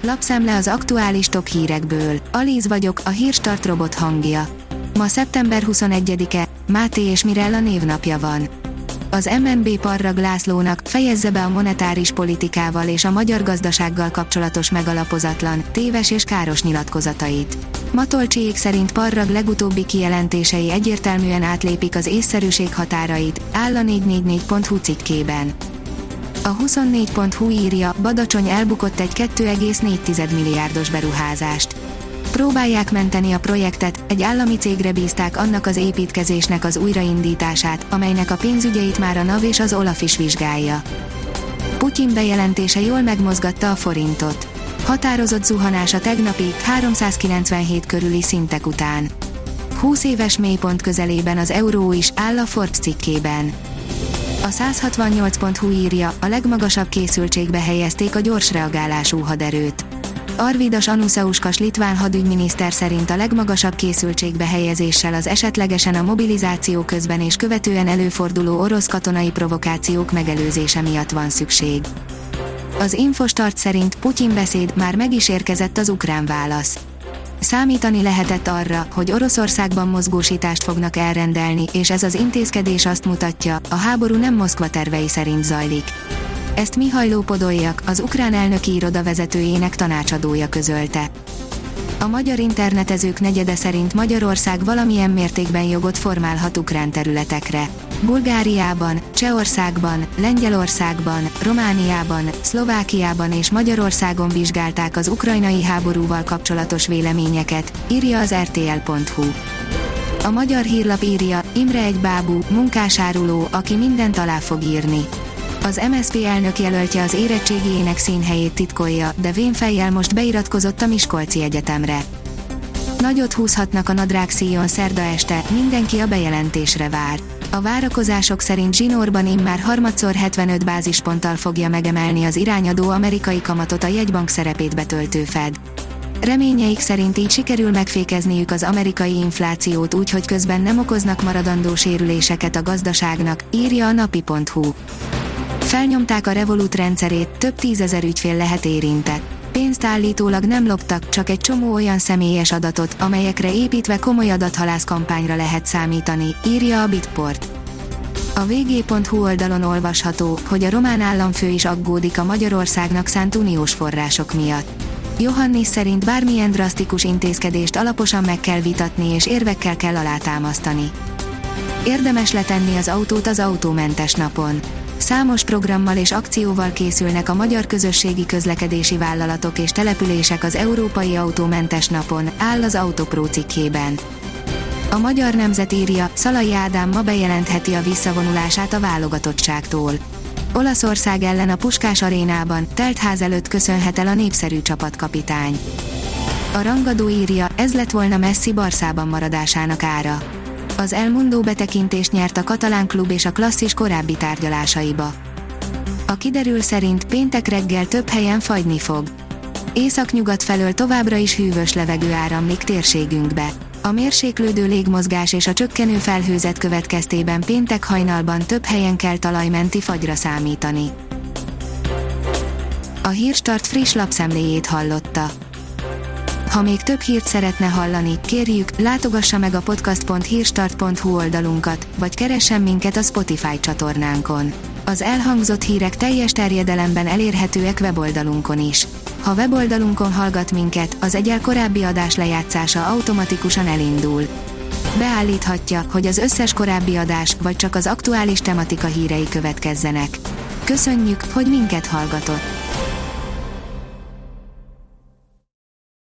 Lapszemle az aktuális top hírekből. Alíz vagyok, a Hírstart robot hangja. Ma szeptember 21-e, Máté és Mirella névnapja van. Az MNB Parrag Lászlónak fejezze be a monetáris politikával és a magyar gazdasággal kapcsolatos megalapozatlan, téves és káros nyilatkozatait. Matolcsiék szerint Parrag legutóbbi kijelentései egyértelműen átlépik az észszerűség határait, áll a 444.hu cikkében. A 24.hu írja, Badacsony elbukott egy 2,4 milliárdos beruházást. Próbálják menteni a projektet, egy állami cégre bízták annak az építkezésnek az újraindítását, amelynek a pénzügyeit már a NAV és az OLAF is vizsgálja. Putyin bejelentése jól megmozgatta a forintot. Határozott zuhanás a tegnapi 397 körüli szintek után. 20 éves mélypont közelében az euró is, áll a Forbes cikkében. A 168.hu írja, a legmagasabb készültségbe helyezték a gyors reagálású haderőt. Arvydas Anuszauskas litván hadügyminiszter szerint a legmagasabb készültségbe helyezéssel az esetlegesen a mobilizáció közben és követően előforduló orosz katonai provokációk megelőzése miatt van szükség. Az Infostart szerint Putyin beszéd, már meg is érkezett az ukrán válasz. Számítani lehetett arra, hogy Oroszországban mozgósítást fognak elrendelni, és ez az intézkedés azt mutatja, a háború nem Moszkva tervei szerint zajlik. Ezt Mihajló Podoljak, az ukrán elnöki iroda vezetőjének tanácsadója közölte. A magyar internetezők negyede szerint Magyarország valamilyen mértékben jogot formálhat ukrán területekre. Bulgáriában, Csehországban, Lengyelországban, Romániában, Szlovákiában és Magyarországon vizsgálták az ukrajnai háborúval kapcsolatos véleményeket, írja az rtl.hu. A magyar hírlap írja, Imre egy bábú, munkásáruló, aki mindent alá fog írni. Az MSZP elnök jelöltje az érettségiének színhelyét titkolja, de vénfejjel most beiratkozott a Miskolci Egyetemre. Nagyot húzhatnak a nadrágszíjon szerda este, mindenki a bejelentésre vár. A várakozások szerint zsinórban immár harmadszor 75 bázisponttal fogja megemelni az irányadó amerikai kamatot a jegybank szerepét betöltő Fed. Reményeik szerint így sikerül megfékezniük az amerikai inflációt úgy, hogy közben nem okoznak maradandó sérüléseket a gazdaságnak, írja a napi.hu. Felnyomták a Revolut rendszerét, több tízezer ügyfél lehet érintett. Pénzt állítólag nem loptak, csak egy csomó olyan személyes adatot, amelyekre építve komoly adathalász kampányra lehet számítani, írja a Bitport. A vg.hu oldalon olvasható, hogy a román államfő is aggódik a Magyarországnak szánt uniós források miatt. Johannis szerint bármilyen drasztikus intézkedést alaposan meg kell vitatni és érvekkel kell alátámasztani. Érdemes letenni az autót az autómentes napon. Számos programmal és akcióval készülnek a magyar közösségi közlekedési vállalatok és települések az Európai Autómentes Napon, áll az Autopro cikkében. A Magyar Nemzet írja, Szalai Ádám ma bejelentheti a visszavonulását a válogatottságtól. Olaszország ellen a Puskás arénában, telt ház előtt köszönhet el a népszerű csapatkapitány. A rangadó írja, ez lett volna Messi Barszában maradásának ára. Az El Mundo betekintést nyert a katalán klub és a klasszis korábbi tárgyalásaiba. A kiderül szerint péntek reggel több helyen fagyni fog. Északnyugat felől továbbra is hűvös levegő áramlik térségünkbe. A mérséklődő légmozgás és a csökkenő felhőzet következtében péntek hajnalban több helyen kell talajmenti fagyra számítani. A Hírstart friss lapszemléjét hallotta. Ha még több hírt szeretne hallani, kérjük, látogassa meg a podcast.hírstart.hu oldalunkat, vagy keressen minket a Spotify csatornánkon. Az elhangzott hírek teljes terjedelemben elérhetőek weboldalunkon is. Ha weboldalunkon hallgat minket, az egyel korábbi adás lejátszása automatikusan elindul. Beállíthatja, hogy az összes korábbi adás, vagy csak az aktuális tematika hírei következzenek. Köszönjük, hogy minket hallgatott!